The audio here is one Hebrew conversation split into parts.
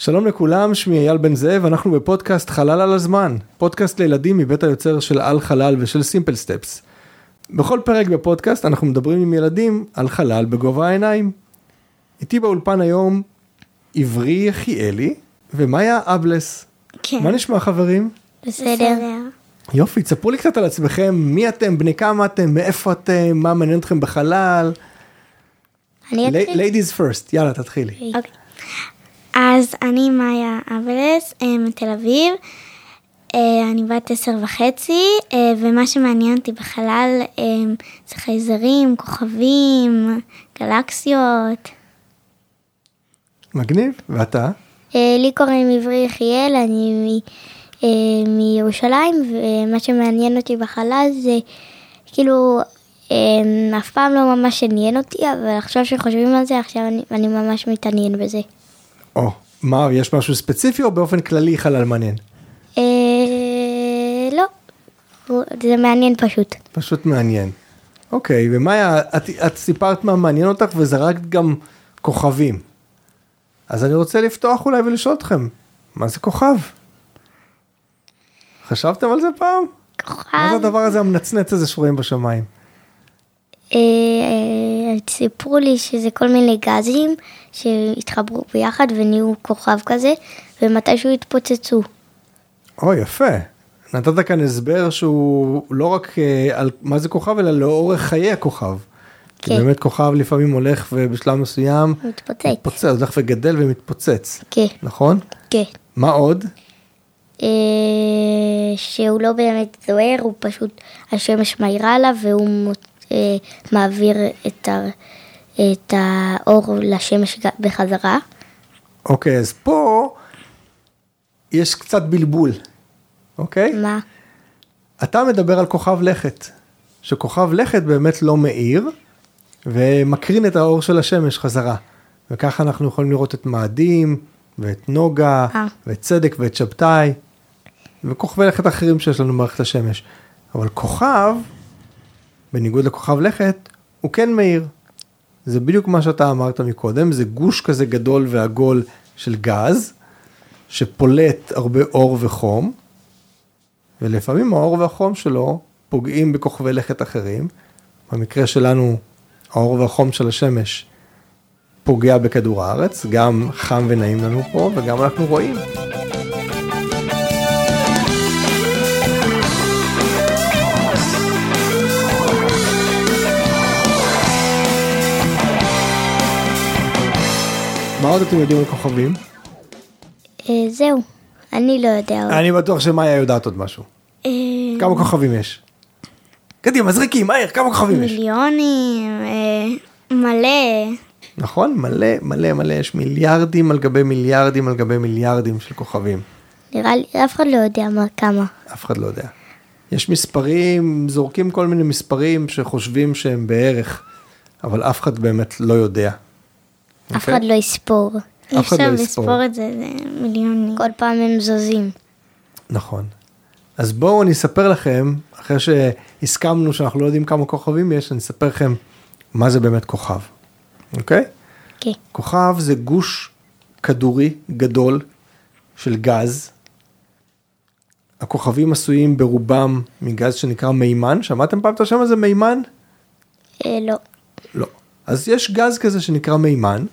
שלום לכולם, שמי אייל בן זאב, אנחנו בפודקאסט חלל על הזמן, פודקאסט לילדים מבית היוצר של על חלל ושל סימפל סטפס. בכל פרק בפודקאסט אנחנו מדברים עם ילדים על חלל בגובה העיניים. איתי באולפן היום עברי יחיאלי ומאיה אבלס. כן. מה נשמע חברים? בסדר. יופי, תספרו לי קצת על עצמכם, מי אתם, בני כמה אתם, מאיפה אתם, מה מעניין אתכם בחלל? אני אתחיל? Ladies first, יאללה תתחילי. אוקיי. אז אני מאיה אבלס, מתל אביב, אני בת 10.5, ומה שמעניין אותי בחלל זה חייזרים, כוכבים, גלקסיות. מגניב, ואתה? לי קוראים עברי יחיאל, אני מירושלים, ומה שמעניין אותי בחלל זה כאילו אף פעם לא ממש עניין אותי, אבל עכשיו שחושבים על זה, עכשיו אני ממש מתעניין בזה. או, מה, יש משהו ספציפי או באופן כללי חלל מעניין? לא, זה מעניין פשוט. פשוט מעניין. אוקיי, ומאיה, את סיפרת מה מעניין אותך וזרקת גם כוכבים. אז אני רוצה לפתוח אולי ולשאול אתכם, מה זה כוכב? חשבתם על זה פעם? כוכב. מה זה הדבר הזה המנצנץ הזה שרואים בשמיים? סיפרו לי שזה כל מיני גזים שהתחברו ביחד ונהיו כוכב כזה, ומתישהו התפוצצו. או, יפה. נתת כאן הסבר שהוא לא רק על מה זה כוכב, אלא לאורך חיי הכוכב. כן. כי באמת כוכב לפעמים הולך ובשלב מסוים מתפוצץ. הולך וגדל ומתפוצץ. כן. נכון? כן. מה עוד? שהוא לא באמת זוהר, הוא פשוט, השמש מאירה עליו והוא מעביר את האור לשמש בחזרה. אוקיי, אז פה יש קצת בלבול, אוקיי? מה? אתה מדבר על כוכב לכת, שכוכב לכת באמת לא מאיר, ומקרין את האור של השמש חזרה. וככה אנחנו יכולים לראות את מאדים, ואת נוגה, ואת צדק ואת שבתאי, וכוכבי לכת אחרים שיש לנו במערכת השמש. אבל כוכב, בניגוד לכוכב לכת, הוא כן מאיר. זה בדיוק מה שאתה אמרת מקודם, זה גוש כזה גדול ועגול של גז, שפולט הרבה אור וחום, ולפעמים האור והחום שלו פוגעים בכוכבי לכת אחרים. במקרה שלנו, האור והחום של השמש פוגע בכדור הארץ, גם חם ונעים לנו פה, וגם אנחנו רואים. מה עוד אתם יודעים על כוכבים? זהו, אני לא יודע. אני בטוח שמאיה יודעת עוד משהו. כמה כוכבים יש? קדימה, זריקי, מהר, כמה כוכבים יש? מיליונים, מלא. נכון, מלא, מלא, מלא, יש מיליארדים על גבי מיליארדים על גבי מיליארדים של כוכבים. נראה לי, אף אחד לא יודע כמה. אף אחד לא יודע. יש מספרים, זורקים כל מיני מספרים שחושבים שהם בערך, אבל אף אחד באמת לא יודע. אף אחד לא יספור. אי אפשר לספור את זה, זה מיליונים. כל פעם הם זוזים. נכון. אז בואו אני אספר לכם, אחרי שהסכמנו שאנחנו לא יודעים כמה כוכבים יש, אני אספר לכם מה זה באמת כוכב. אוקיי? כן. כוכב זה גוש כדורי גדול של גז. הכוכבים עשויים ברובם מגז שנקרא מימן. שמעתם פעם את השם הזה מימן? לא. לא. אז יש גז כזה שנקרא מימן,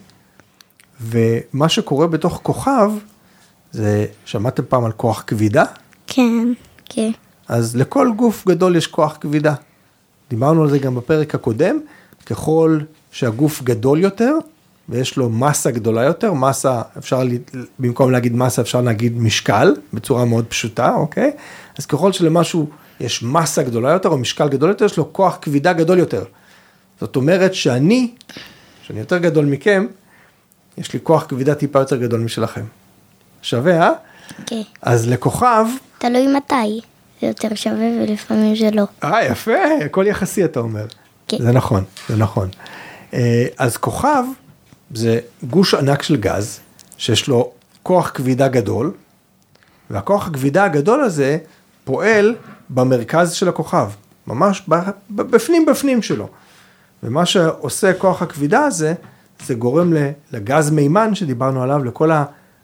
ומה שקורה בתוך כוכב, זה, שמעתם פעם על כוח כבידה? כן, כן. אז לכל גוף גדול יש כוח כבידה. דיברנו על זה גם בפרק הקודם, ככל שהגוף גדול יותר, ויש לו מסה גדולה יותר, מסה, אפשר, במקום להגיד מסה, אפשר להגיד משקל, בצורה מאוד פשוטה, אוקיי? אז ככל שלמשהו יש מסה גדולה יותר, או משקל גדול יותר, יש לו כוח כבידה גדול יותר. זאת אומרת שאני יותר גדול מכם, יש לי כוח כבידה טיפה יותר גדול משלכם. שווה, אה? כן. אז לכוכב... תלוי מתי. זה יותר שווה ולפעמים זה לא. יפה, הכל יחסי אתה אומר. כן. זה נכון, זה נכון. אז כוכב זה גוש ענק של גז, שיש לו כוח כבידה גדול, והכוח הכבידה הגדול הזה פועל במרכז של הכוכב, ממש בפנים שלו. ומה שעושה כוח הכבידה הזה, זה גורם לגז מימן שדיברנו עליו, לכל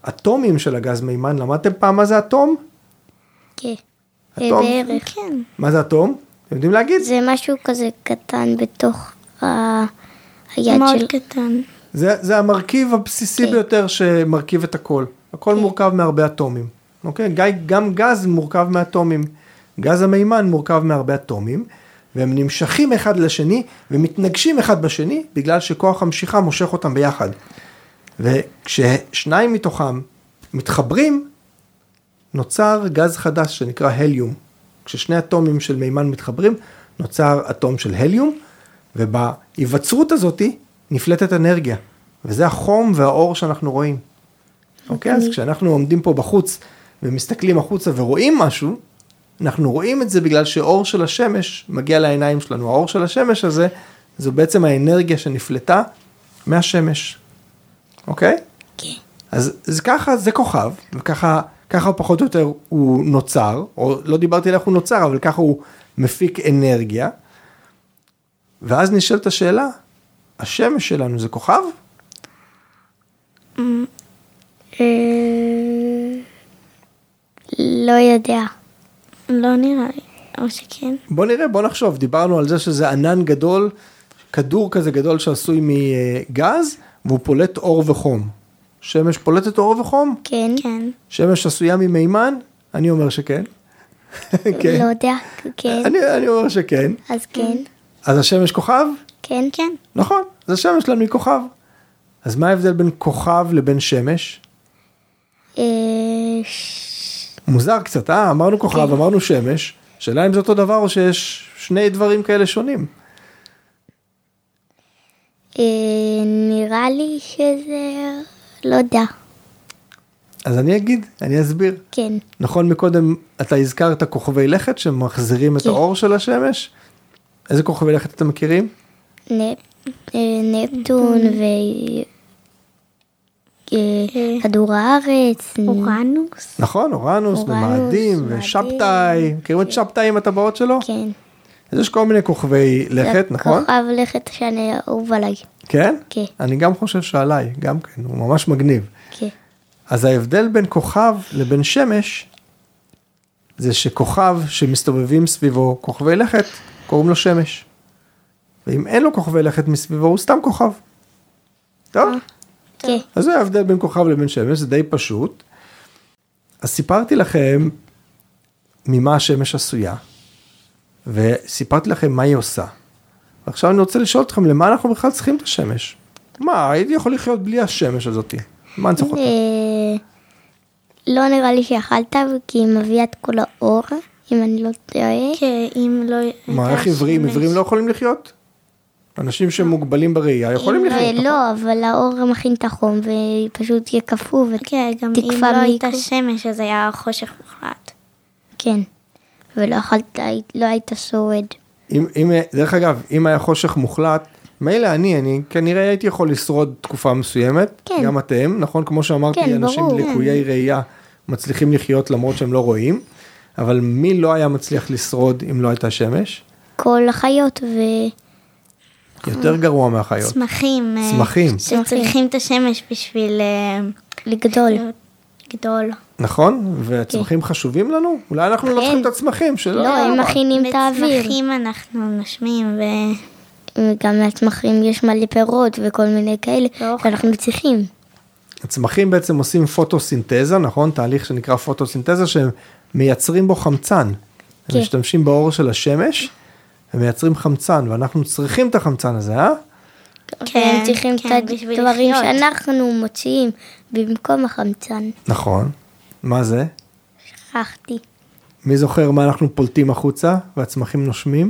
האטומים של הגז מימן, למדתם פעם מה זה אטום? כן. אטום? בערך. כן. מה זה אטום? אתם יודעים להגיד? זה משהו כזה קטן בתוך היד מאוד של... קטן. זה המרכיב הבסיסי ביותר שמרכיב את הכל. הכל מורכב מהרבה אטומים. אוקיי? גם גז מורכב מאטומים. גז המימן מורכב מהרבה אטומים, והם נמשכים אחד לשני, ומתנגשים אחד בשני, בגלל שכוח המשיכה מושך אותם ביחד. וכששניים מתוכם מתחברים, נוצר גז חדש שנקרא הליום. כששני אטומים של מימן מתחברים, נוצר אטום של הליום, ובהיווצרות הזאת נפלטת אנרגיה. וזה החום והאור שאנחנו רואים. אוקיי? אז כשאנחנו עומדים פה בחוץ, ומסתכלים החוצה ורואים משהו, אנחנו רואים את זה בגלל שאור של השמש מגיע לעיניים שלנו. האור של השמש הזה, זו בעצם האנרגיה שנפלטה מהשמש. אוקיי? כן. אז ככה זה כוכב, וככה פחות או יותר הוא נוצר, או לא דיברתי על איך הוא נוצר, אבל ככה הוא מפיק אנרגיה. ואז נשאלת השאלה, השמש שלנו זה כוכב? לא יודע. לא נראה לי, או שכן. בוא נראה, בוא נחשוב, דיברנו על זה שזה ענן גדול, כדור כזה גדול שעשוי מגז, והוא פולט אור וחום. שמש פולטת אור וחום? כן. כן. שמש עשויה ממימן? אני אומר שכן. כן. לא יודע, כן. אני אומר שכן. אז כן. אז השמש כוכב? כן. כן. נכון, אז השמש שלנו היא כוכב. אז מה ההבדל בין כוכב לבין שמש? מוזר קצת, אמרנו כוכב, אמרנו שמש. שאלה אם זה אותו דבר או שיש שני דברים כאלה שונים. נראה לי שזה... לא יודע. אז אני אסביר. כן. נכון, מקודם אתה הזכרת כוכבי לכת שמחזירים את האור של השמש. איזה כוכבי לכת אתם מכירים? נפטון וכדור הארץ. אורנוס. נכון, אורנוס ומאדים ושבתאי. מכירים את שבתאי עם הטבעות שלו? כן. אז יש כל מיני כוכבי לכת, נכון? כוכב לכת שאני אהוב עליי. כן? כן. אני גם חושב שעליי, גם כן, הוא ממש מגניב. כן. אז ההבדל בין כוכב לבין שמש, זה שכוכב שמסתובבים סביבו כוכבי לכת, קוראים לו שמש. ואם אין לו כוכבי לכת מסביבו, הוא סתם כוכב. טוב? כן. אז זה ההבדל בין כוכב לבין שמש, זה די פשוט. אז סיפרתי לכם ממה השמש עשויה, וסיפרתי לכם מה היא עושה. ועכשיו אני רוצה לשאול אתכם, למה אנחנו בכלל צריכים את השמש? מה, הייתי יכול לחיות בלי השמש הזאת? מה אני צריך אותה? לא נראה לי שיכלת, כי היא מביאה את כל האור, אם אני לא טועה. כן, אם לא... מה, איך עיוורים? עיוורים לא יכולים לחיות? אנשים שמוגבלים בראייה יכולים לחיות. לא, אבל האור מכין את החום, ופשוט יהיה קפוא כן, גם אם ותקפה לא הייתה מיקרו. שמש, אז היה חושך מוחלט. כן. ולא אכלת, לא היית שורד. דרך אגב, אם היה חושך מוחלט, מילא אני כנראה הייתי יכול לשרוד תקופה מסוימת, כן. גם אתם, נכון? כמו שאמרתי, כן, אנשים ברור. לקויי ראייה מצליחים לחיות למרות שהם לא רואים, אבל מי לא היה מצליח לשרוד אם לא הייתה שמש? כל החיות יותר גרוע מהחיות. צמחים. צמחים. שצריכים את השמש בשביל לגדול. גדול. נכון? והצמחים חשובים לנו? אולי אנחנו לא צריכים את הצמחים שלא. לא, הם מכינים את האוויר. בצמחים אנחנו נושמים וגם מהצמחים יש מלא פירות וכל מיני כאלה, שאנחנו צריכים. הצמחים בעצם עושים פוטוסינתזה, נכון? תהליך שנקרא פוטוסינתזה, שהם מייצרים בו חמצן. הם משתמשים באור של השמש, ומייצרים חמצן, ואנחנו צריכים את החמצן הזה, כן, צריכים את הדברים שאנחנו מוציאים במקום החמצן. נכון. מה זה? שכחתי. מי זוכר מה אנחנו פולטים החוצה, והצמחים נושמים?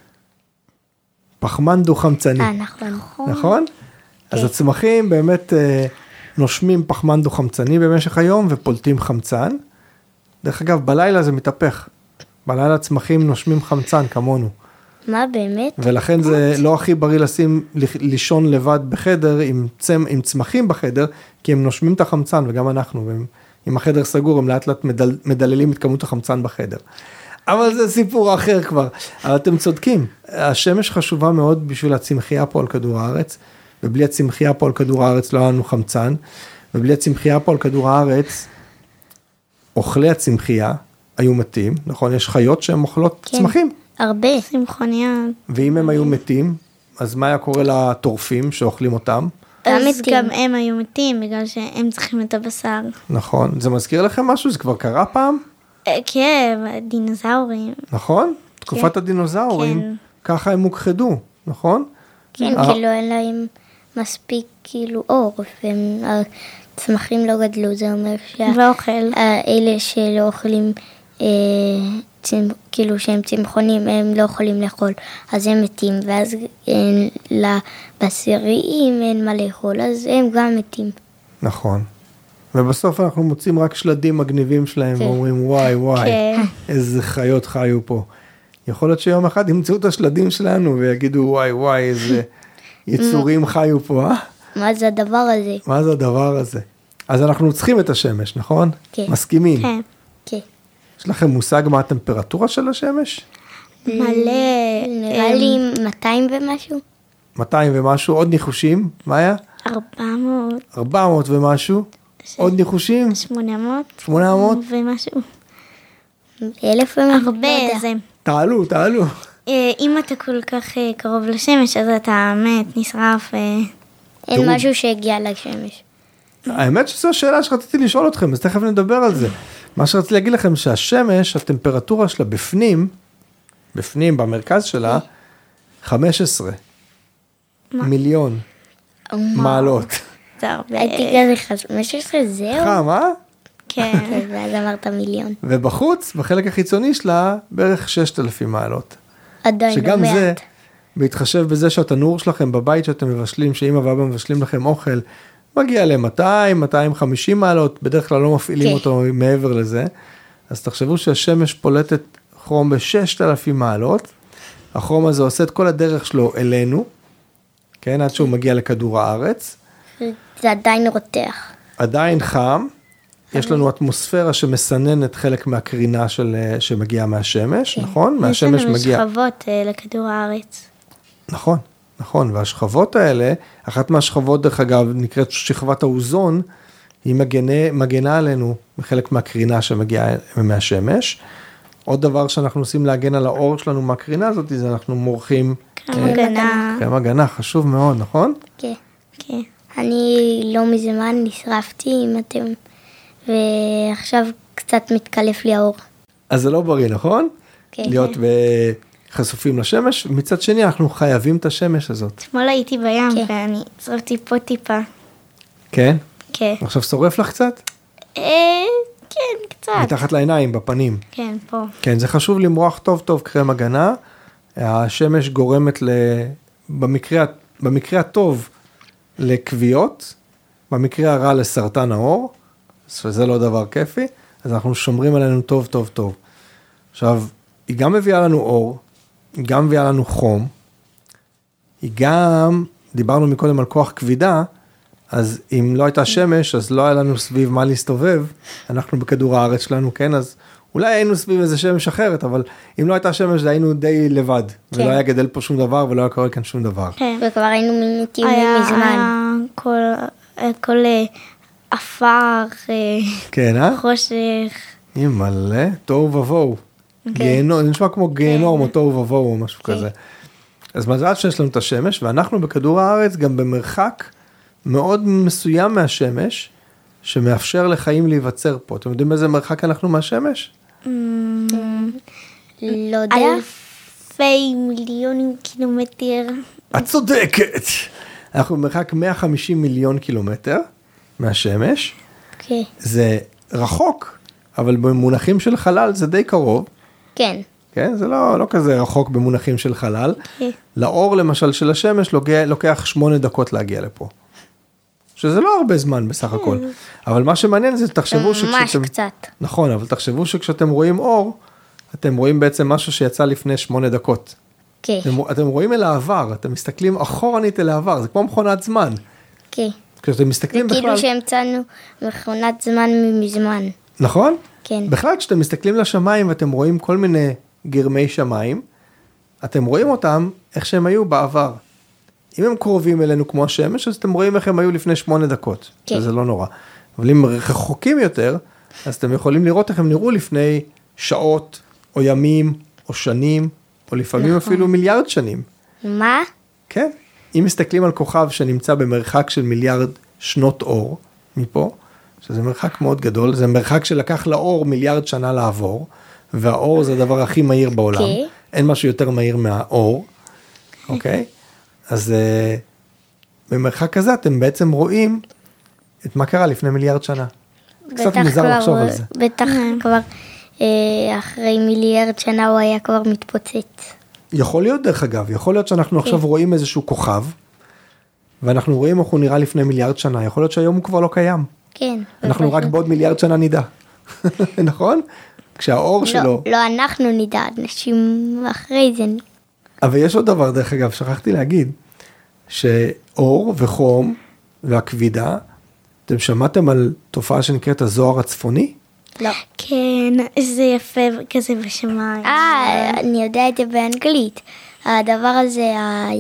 פחמן דו-חמצני. נכון. נכון? אז הצמחים באמת נושמים פחמן דו-חמצני במשך היום, ופולטים חמצן. דרך אגב, בלילה זה מתהפך. בלילה הצמחים נושמים חמצן כמונו. מה באמת? ולכן זה לא הכי בריא לישון לבד בחדר עם צמחים בחדר, כי הם נושמים את החמצן, וגם אנחנו, אם החדר סגור, הם לאט לאט מדללים את כמות החמצן בחדר. אבל זה סיפור אחר כבר. אבל אתם צודקים, השמש חשובה מאוד בשביל הצמחייה פה על כדור הארץ, ובלי הצמחייה פה על כדור הארץ לא היה לנו חמצן, ובלי הצמחייה פה על כדור הארץ, אוכלי הצמחייה היו מתים, נכון? יש חיות שהן אוכלות צמחים. הרבה. צמחוניות. ואם הם היו מתים, אז מה היה קורה לטורפים שאוכלים אותם? אז מתים. גם הם היו מתים, בגלל שהם צריכים את הבשר. נכון. זה מזכיר לכם משהו? זה כבר קרה פעם? כן, דינוזאורים. נכון? תקופת הדינוזאורים, כן. ככה הם הוכחדו, נכון? כן, כאילו אין להם מספיק כאילו אור, והצמחים לא גדלו, זה אומר ואוכל. אלה שלא אוכלים, כאילו שהם צמחונים, הם לא יכולים לאכול, אז הם מתים, ואז לבשריים אין מה לאכול, אז הם גם מתים. נכון. ובסוף אנחנו מוצאים רק שלדים מגניבים שלהם, ואומרים וואי וואי, כן. איזה חיות חיו פה. יכול להיות שיום אחד ימצאו את השלדים שלנו ויגידו וואי וואי, איזה יצורים חיו פה, מה זה הדבר הזה? מה זה הדבר הזה? אז אנחנו צריכים את השמש, נכון? כן. מסכימים. כן. כן. יש לכם מושג מה הטמפרטורה של השמש? מלא. נראה לי 200 ומשהו. 200 ומשהו, עוד ניחושים, מה היה? 400. 400 ומשהו, עוד ניחושים? 800. 800? ומשהו. 1000 ומשהו. הרבה, לא יודע. זה. תעלו. אם אתה כל כך קרוב לשמש, אז אתה מת, נשרף. אין משהו שהגיע לשמש. האמת שזו השאלה שרציתי לשאול אתכם, אז תכף נדבר על זה. מה שרציתי להגיד לכם, שהשמש, הטמפרטורה שלה בפנים, במרכז שלה, 15 מיליון מעלות. זה הרבה. הייתי כזה 15, זהו? חם, אה? כן. כן, ואז אמרת מיליון. ובחוץ, בחלק החיצוני שלה, בערך 6,000 מעלות. עדיין לא שגם זה, מעט. בהתחשב בזה שהתנור שלכם בבית שאתם מבשלים, שאמא ואבא מבשלים לכם אוכל, מגיע ל-200, 250 מעלות, בדרך כלל לא מפעילים כן. אותו מעבר לזה, אז תחשבו שהשמש פולטת חום ב-6,000 מעלות, החום הזה עושה את כל הדרך שלו אלינו, כן, עד שהוא מגיע לכדור הארץ, זה עדיין רותח. עדיין חם, יש לנו אטמוספירה שמסננת חלק מהקרינה שמגיעה מהשמש, נכון? מהשמש יש לנו מגיע... שכבות לכדור הארץ. נכון, והשכבות האלה, אחת מהשכבות דרך אגב נקראת שכבת האוזון, היא מגנה עלינו מחלק מהקרינה שמגיעה מהשמש. עוד דבר שאנחנו עושים להגן על האור שלנו מהקרינה הזאת, זה אנחנו מורחים קרם הגנה, חשוב מאוד, נכון? כן. כן. אני לא מזמן נשרפתי עם אתם, ועכשיו קצת מתקלף לי האור. אז זה לא בריא, נכון? כן. להיות חשופים לשמש, מצד שני אנחנו חייבים את השמש הזאת. אתמול הייתי בים כן. ואני שרפתי פה טיפה. כן? כן. עכשיו שורף לך קצת? כן, קצת. מתחת לעיניים, בפנים. כן, פה. כן, זה חשוב למרוח טוב טוב קרם הגנה. השמש גורמת במקרה הטוב לכוויות, במקרה הרע לסרטן העור, שזה לא דבר כיפי, אז אנחנו שומרים עלינו טוב טוב טוב. עכשיו, היא גם מביאה לנו אור, היא גם מביאה לנו חום, היא גם, דיברנו מקודם על כוח כבידה, אז אם לא הייתה שמש, אז לא היה לנו סביב מה להסתובב, אנחנו בכדור הארץ שלנו, כן, אז אולי היינו סביב איזה שמש אחרת, אבל אם לא הייתה שמש, היינו די לבד, כן. ולא היה גדל פה שום דבר, ולא היה קורה כאן שום דבר. כן. וכבר היינו מתים מזמן. כל אפר, כן, אה? חושך. היא מלא, תוהו ובוהו. גיהנום, זה נשמע כמו גיהנום או תוהו ובוהו או משהו כזה. אז מזל שיש לנו את השמש, ואנחנו בכדור הארץ גם במרחק מאוד מסוים מהשמש, שמאפשר לחיים להיווצר פה. אתם יודעים איזה מרחק אנחנו מהשמש? לא יודע. אלפי מיליונים קילומטר. את צודקת. אנחנו במרחק 150 מיליון קילומטר מהשמש. כן. זה רחוק, אבל במונחים של חלל זה די קרוב. כן. כן? זה לא כזה רחוק במונחים של חלל. כן. לאור למשל של השמש לוקח 8 דקות להגיע לפה. שזה לא הרבה זמן בסך הכל. אבל מה שמעניין זה תחשבו ממש קצת. נכון, אבל תחשבו שכשאתם רואים אור, אתם רואים בעצם משהו שיצא לפני 8 דקות. כן. אתם רואים אל העבר, אתם מסתכלים אחורנית אל העבר, זה כמו מכונת זמן. כן. כשאתם מסתכלים בכלל... כאילו שהמצאנו מכונת זמן מזמן. נכון? כן. בכלל כשאתם מסתכלים לשמיים ואתם רואים כל מיני גרמי שמיים, אתם רואים אותם איך שהם היו בעבר. אם הם קרובים אלינו כמו השמש, אז אתם רואים איך הם היו לפני 8 דקות, כן. שזה לא נורא. אבל אם רחוקים יותר, אז אתם יכולים לראות איך הם נראו לפני שעות, או ימים, או שנים, או לפעמים אפילו מיליארד שנים. מה? כן, אם מסתכלים על כוכב שנמצא במרחק של מיליארד שנות אור מפה, שזה מרחק מאוד גדול, זה מרחק שלקח לאור מיליארד שנה לעבור, והאור זה הדבר הכי מהיר בעולם, אין משהו יותר מהיר מהאור, אוקיי? אז במרחק כזה אתם בעצם רואים את מה קרה לפני מיליארד שנה. קצת מוזר לחשוב על זה. בטח כבר אחרי מיליארד שנה הוא היה כבר מתפוצץ. יכול להיות דרך אגב, יכול להיות שאנחנו עכשיו רואים איזשהו כוכב, ואנחנו רואים איך הוא נראה לפני מיליארד שנה, יכול להיות שהיום הוא כבר לא קיים. כן. אנחנו רק בעוד מיליארד שנה נדע, נכון? כשהאור שלו... לא, אנחנו נדע, אנשים אחרי זה. אבל יש עוד דבר דרך אגב, שכחתי להגיד, שאור וחום והכבידה, אתם שמעתם על תופעה שנקראת הזוהר הצפוני? לא. כן, זה יפה כזה בשמיים. אני יודע את זה באנגלית. הדבר הזה,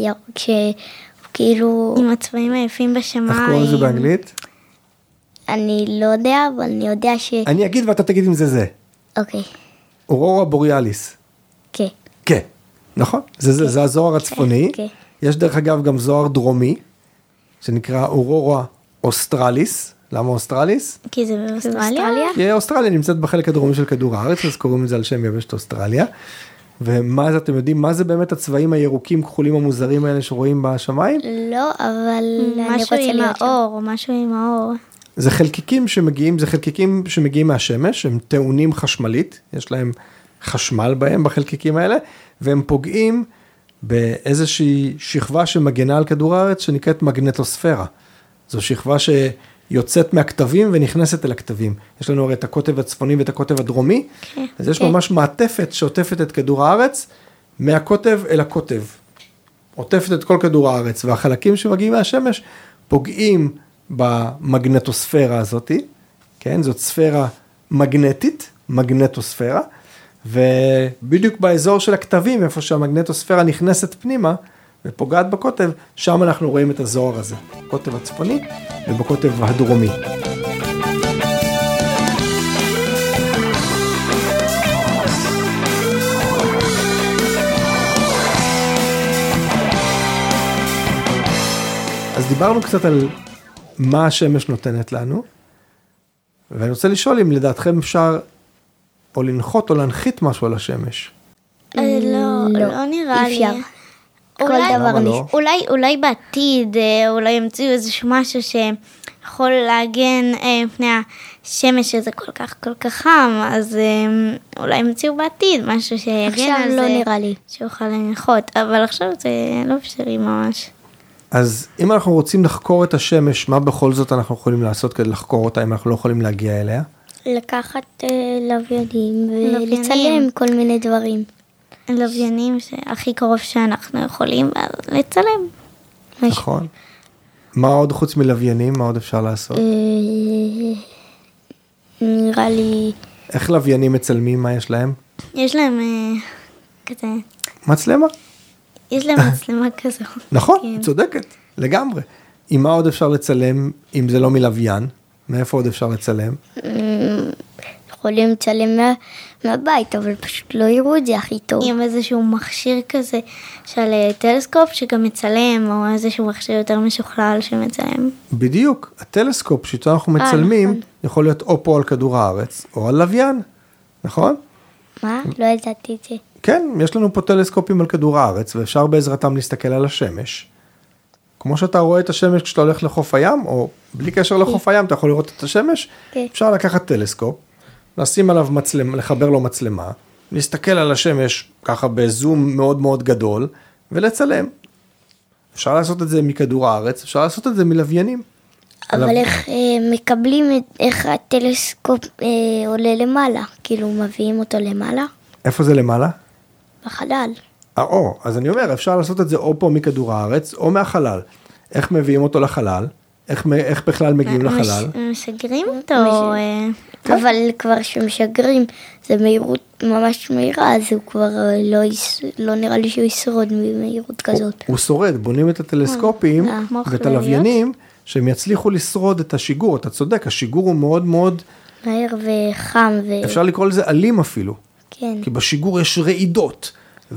כאילו... עם הצבעים היפים בשמיים. איך קוראים לזה באנגלית? אני לא יודע, אבל אני יודע אני אגיד ואתה תגיד אם זה. אוקיי. אורורה בוריאליס. כן. כן, נכון. זה הזוהר הצפוני. כן. יש דרך אגב גם זוהר דרומי, שנקרא אורורה אוסטרליס. למה אוסטרליס? כי זה באוסטרליה? כי אוסטרליה נמצאת בחלק הדרומי של כדור הארץ, אז קוראים לזה על שם יבשת אוסטרליה. ומה זה, אתם יודעים, מה זה באמת הצבעים הירוקים, כחולים המוזרים האלה שרואים בשמיים? לא, אבל אני רוצה להיות שם. משהו עם האור. זה חלקיקים שמגיעים מהשמש, הם טעונים חשמלית, יש להם חשמל בהם בחלקיקים האלה, והם פוגעים באיזושהי שכבה שמגנה על כדור הארץ, שנקראת מגנטוספירה. זו שכבה שיוצאת מהכתבים ונכנסת אל הכתבים. יש לנו הרי את הקוטב הצפוני ואת הקוטב הדרומי, אז יש ממש מעטפת שעוטפת את כדור הארץ, מהקוטב אל הקוטב. עוטפת את כל כדור הארץ, והחלקים שמגיעים מהשמש פוגעים במגנטוספירה הזאת, כן? זאת ספירה מגנטית, מגנטוספירה, ובדיוק באזור של הכתבים, איפה שהמגנטוספירה נכנסת פנימה, ופוגעת בקוטב, שם אנחנו רואים את הזוהר הזה, בקוטב הצפוני ובקוטב הדרומי. אז דיברנו קצת על מה השמש נותנת לנו, ואני רוצה לשאול אם לדעתכם אפשר או לנחות או להנחית משהו על השמש. לא נראה לי. כל דבר לא? אולי בעתיד, אולי ימצאו איזשהו משהו שיכול להגן מפני השמש שזה כל כך חם, אז אולי ימצאו בעתיד משהו שיגן על זה. עכשיו לא נראה לי. שיוכל לנחות, אבל עכשיו זה לא אפשרי ממש. אז אם אנחנו רוצים לחקור את השמש, מה בכל זאת אנחנו יכולים לעשות כדי לחקור אותה אם אנחנו לא יכולים להגיע אליה? לקחת לוויינים ולצלם כל מיני דברים. לוויינים שהכי קרוב שאנחנו יכולים לצלם. נכון. מה עוד חוץ מלוויינים? מה עוד אפשר לעשות? נראה לי... איך לוויינים מצלמים? מה יש להם? יש להם כזה... מצלמה? יש להם מצלמה כזו. נכון, צודקת, לגמרי. עם מה עוד אפשר לצלם אם זה לא מלוויין? מאיפה עוד אפשר לצלם? יכולים לצלם מהבית, אבל פשוט לא יראו את זה הכי טוב. עם איזשהו מכשיר כזה של טלסקופ שגם מצלם, או איזשהו מכשיר יותר משוכלל שמצלם. בדיוק, הטלסקופ שאיתו אנחנו מצלמים, נכון. יכול להיות או פה על כדור הארץ, או על לוויין, נכון? מה? לא ידעתי את זה. כן, יש לנו פה טלסקופים על כדור הארץ, ואפשר בעזרתם להסתכל על השמש. כמו שאתה רואה את השמש כשאתה הולך לחוף הים, או בלי קשר לחוף הים, אתה יכול לראות את השמש, אפשר לקחת טלסקופ, לשים עליו מצלמה, לחבר לו מצלמה, להסתכל על השמש ככה בזום מאוד מאוד גדול, ולצלם. אפשר לעשות את זה מכדור הארץ, אפשר לעשות את זה מלוויינים. אבל איך מקבלים, איך הטלסקופ עולה למעלה? כאילו מביאים אותו למעלה? איפה זה למעלה? בחלל. אז אני אומר, אפשר לעשות את זה או פה מכדור הארץ, או מהחלל. איך מביאים אותו לחלל? איך בכלל מגיעים לחלל? משגרים אותו. אבל כבר שמשגרים, זה מהירות ממש מהירה, אז הוא כבר לא נראה לי שהוא ישרוד במהירות כזאת. הוא שורד, בונים את הטלסקופים ואת הלוויינים, שהם יצליחו לשרוד את השיגור, אתה צודק, השיגור הוא מאוד מאוד... מהר וחם אפשר לקרוא לזה אלים אפילו. כן. כי בשיגור יש רעידות,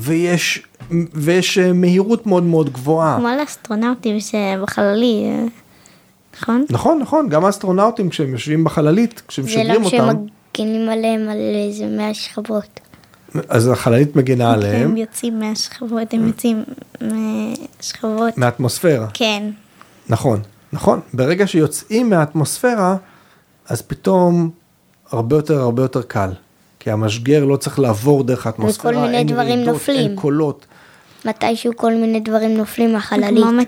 ויש מהירות מאוד מאוד גבוהה. כמו לאסטרונאוטים שבחללי, נכון? נכון, גם האסטרונאוטים כשהם יושבים בחללית, כשמשגרים אותם. זה למה שמגנים עליהם על איזה 100 שכבות. אז החללית מגנה עליהם. הם יוצאים מהשכבות, הם יוצאים מהשכבות. מהאטמוספירה. כן. נכון. ברגע שיוצאים מהאטמוספירה, אז פתאום הרבה יותר קל. כי המשגר לא צריך לעבור דרך האטמוספירה. וכל מיני דברים רעידות, נופלים. אין קולות. מתישהו כל מיני דברים נופלים מהחללית. כמו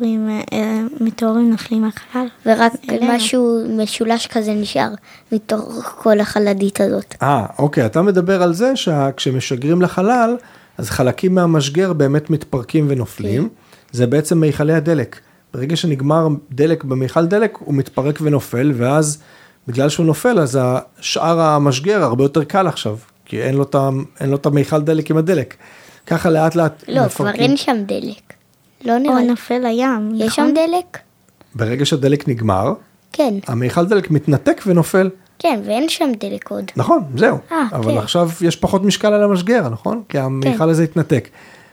מטאורים נופלים מהחלל. ורק משהו משולש כזה נשאר מתוך כל החללית הזאת. אוקיי, אתה מדבר על זה שכשמשגרים לחלל, אז חלקים מהמשגר באמת מתפרקים ונופלים. זה בעצם מיכלי הדלק. ברגע שנגמר דלק במיכל דלק, הוא מתפרק ונופל, ואז בגלל שהוא נופל, אז שאר המשגר הרבה יותר קל עכשיו, כי אין לו את המיכל דלק עם הדלק. ככה לאט לאט לא, כבר אין שם דלק. לא נראה. או נופל לים. יש שם דלק? ברגע שהדלק נגמר, כן. המיכל דלק מתנתק ונופל. כן, ואין שם דלק עוד. נכון, זהו. אבל כן. עכשיו יש פחות משקל על המשגר, נכון? כי המיכל הזה התנתק.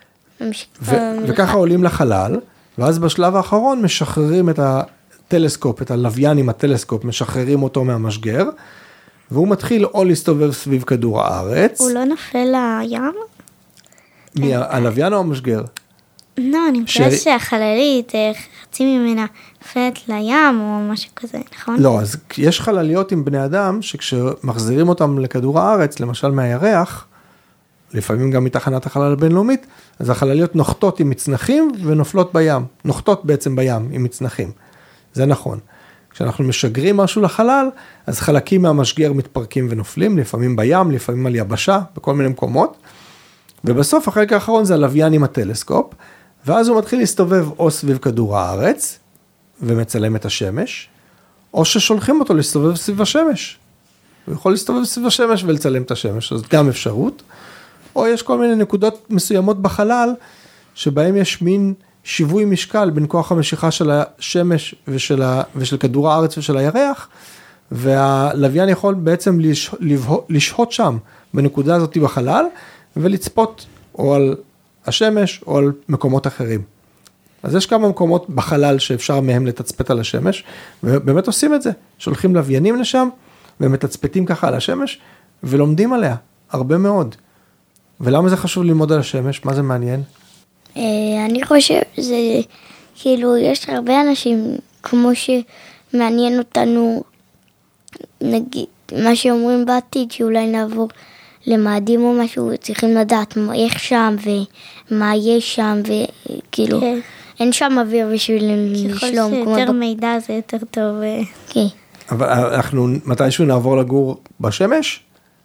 וככה עולים לחלל, ואז בשלב האחרון משחררים את הטלסקופ, את הלוויין עם הטלסקופ, משחררים אותו מהמשגר, והוא מתחיל או להסתובב סביב כדור הארץ. הוא לא נופל לים? הלוויין או המשגר? לא, אני חושבת שהחללית, חצי ממנה נופלת לים או משהו כזה, נכון? לא, אז יש חלליות עם בני אדם, שכשמחזירים אותם לכדור הארץ, למשל מהירח, לפעמים גם מתחנת החלל הבינלאומית, אז החלליות נוחתות עם מצנחים ונופלות בים, נוחתות בעצם בים עם מצנחים. זה נכון. כשאנחנו משגרים משהו לחלל, אז חלקים מהמשגר מתפרקים ונופלים, לפעמים בים, לפעמים על יבשה, בכל מיני מקומות. ובסוף החלק האחרון זה הלוויין עם הטלסקופ, ואז הוא מתחיל להסתובב או סביב כדור הארץ, ומצלם את השמש, או ששולחים אותו להסתובב סביב השמש. הוא יכול להסתובב סביב השמש ולצלם את השמש, אז גם אפשרות. או יש כל מיני נקודות מסוימות בחלל, שבהם יש מין שיווי משקל בין כוח המשיכה של השמש ושל כדור הארץ ושל הירח, והלוויין יכול בעצם לשהות שם בנקודה הזאת בחלל, ולצפות או על השמש או על מקומות אחרים. אז יש כמה מקומות בחלל שאפשר מהם לתצפת על השמש, ובאמת עושים את זה. שולחים לוויינים לשם, ומתצפתים ככה על השמש, ולומדים עליה, הרבה מאוד. ולמה זה חשוב ללמוד על השמש? מה זה מעניין? אני חושב זה, כאילו, יש הרבה אנשים, כמו שמעניין אותנו, נגיד, מה שאומרים בעתיד, שאולי נעבור למאדים או משהו, צריכים לדעת איך שם, ומה יש שם, וכאילו, אין שם אוויר בשביל לשלום. ככל שיותר מידע זה יותר טוב. כן. אבל אנחנו מתישהו נעבור לגור בשמש?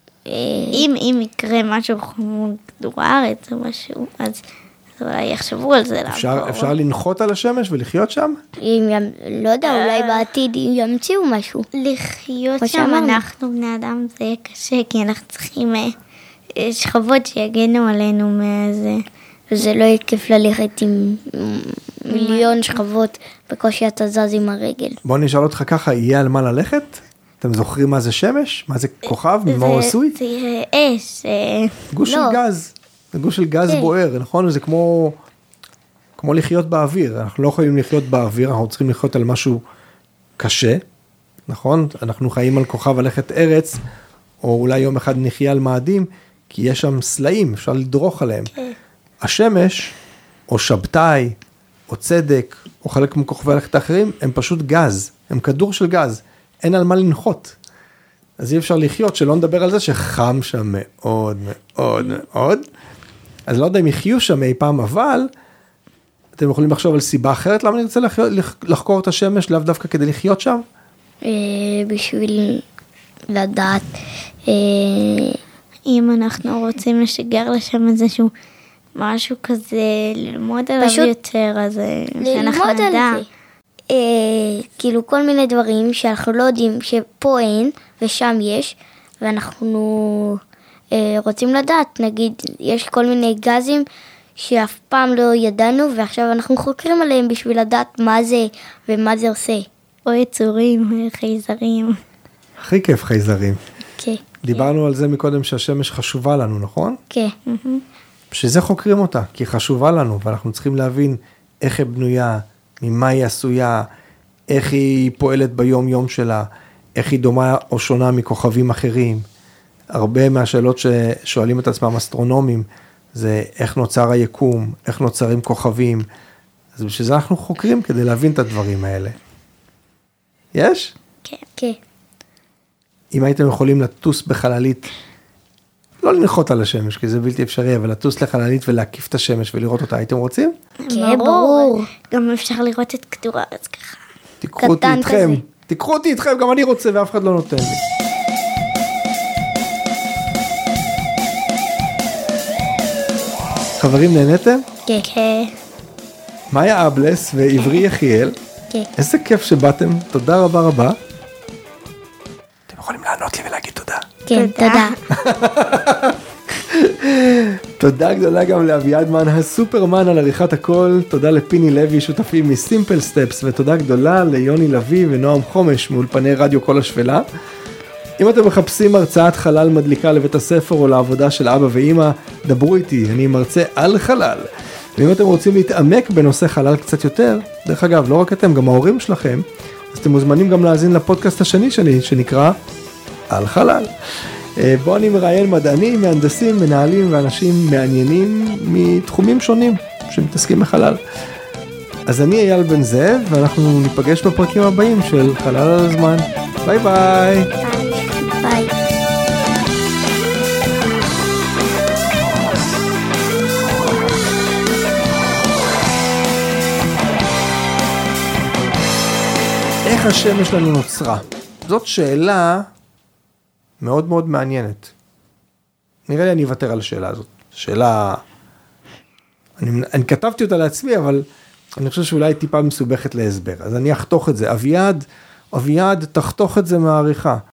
אם יקרה משהו כמו כדור הארץ או משהו, אז אולי יחשבו על זה. אפשר לנחות על השמש ולחיות שם? לא יודע, אולי בעתיד ימציאו משהו. לחיות שם אנחנו בני אדם זה יהיה קשה, כי אנחנו צריכים שכבות שיגנו עלינו מהזה. וזה לא יהיה כיף ללכת עם מיליון שכבות, בקושי אתה זז עם הרגל. בוא נשאל אותך ככה, יהיה על מה ללכת? אתם זוכרים מה זה שמש? מה זה כוכב? ממה הוא עשוי? זה אש. גוש של גז. זה גוש של גז בוער, נכון? זה כמו לחיות באוויר. אנחנו לא יכולים לחיות באוויר, אנחנו צריכים לחיות על משהו קשה, נכון? אנחנו חיים על כוכב הלכת ארץ, או אולי יום אחד נחיה על מאדים, כי יש שם סלעים, אפשר לדרוך עליהם. השמש, או שבתאי, או צדק, או חלק מכוכבי הלכת האחרים, הם פשוט גז, הם כדור של גז. אין על מה לנחות. אז אי אפשר לחיות, שלא נדבר על זה שחם שם מאוד מאוד מאוד. אז לא יודע אם יחיו שם אי פעם, אבל אתם יכולים לחשוב על סיבה אחרת, למה אני רוצה לחקור את השמש, לאו דווקא כדי לחיות שם? בשביל לדעת, אם אנחנו רוצים לשגר לשם איזשהו משהו כזה, ללמוד עליו יותר, אז שאנחנו נדע. כאילו כל מיני דברים שאנחנו לא יודעים שפה אין ושם יש, ואנחנו רוצים לדעת, נגיד, יש כל מיני גזים שאף פעם לא ידענו, ועכשיו אנחנו חוקרים עליהם בשביל לדעת מה זה ומה זה עושה. או יצורים, חייזרים. הכי כיף חייזרים. כן. דיברנו על זה מקודם שהשמש חשובה לנו, נכון? כן. בשביל זה חוקרים אותה, כי היא חשובה לנו, ואנחנו צריכים להבין איך היא בנויה, ממה היא עשויה, איך היא פועלת ביום יום שלה, איך היא דומה או שונה מכוכבים אחרים. הרבה מהשאלות ששואלים את עצמם אסטרונומים, זה איך נוצר היקום, איך נוצרים כוכבים. אז בשביל זה אנחנו חוקרים כדי להבין את הדברים האלה. יש? כן. כן. אם הייתם יכולים לטוס בחללית, לא לנחות על השמש, כי זה בלתי אפשרי, אבל לטוס לחללית ולהקיף את השמש ולראות אותה, הייתם רוצים? כן, ברור. גם אפשר לראות את כדור הארץ ככה. תיקחו אותי קטן איתכם, כזה. תיקחו אותי איתכם, גם אני רוצה ואף אחד לא נותן לי. חברים, נהנתם? כן. כן. מאיה אבלס ועברי יחיאל, כן. איזה כיף שבאתם, תודה רבה רבה. אתם יכולים לענות לי ולהגיד תודה. כן, תודה. תודה גדולה גם לאביעד מן הסופרמן על עריכת הכל, תודה לפיני לוי שותפים מסימפל סטפס, ותודה גדולה ליוני לוי ונועם חומש מאולפני רדיו כל השפלה. אם אתם מחפשים הרצאת חלל מדליקה לבית הספר או לעבודה של אבא ואמא, דברו איתי, אני מרצה על חלל. ואם אתם רוצים להתעמק בנושא חלל קצת יותר, דרך אגב, לא רק אתם, גם ההורים שלכם, אז אתם מוזמנים גם להאזין לפודקאסט השני שלי, שנקרא על חלל. בו אני מראיין מדענים, מהנדסים, מנהלים ואנשים מעניינים מתחומים שונים שמתעסקים בחלל. אז אני אייל בן זאב, ואנחנו ניפגש בפרקים הבאים של חלל על הזמן. ביי ביי. ביי. איך השמש לנו נוצרה? זאת שאלה מאוד מאוד מעניינת. נראה לי אני אוותר על השאלה הזאת. שאלה, אני כתבתי אותה לעצמי, אבל אני חושב שאולי טיפה מסובכת להסבר. אז אני אחתוך את זה. אביעד, תחתוך את זה מהעריכה.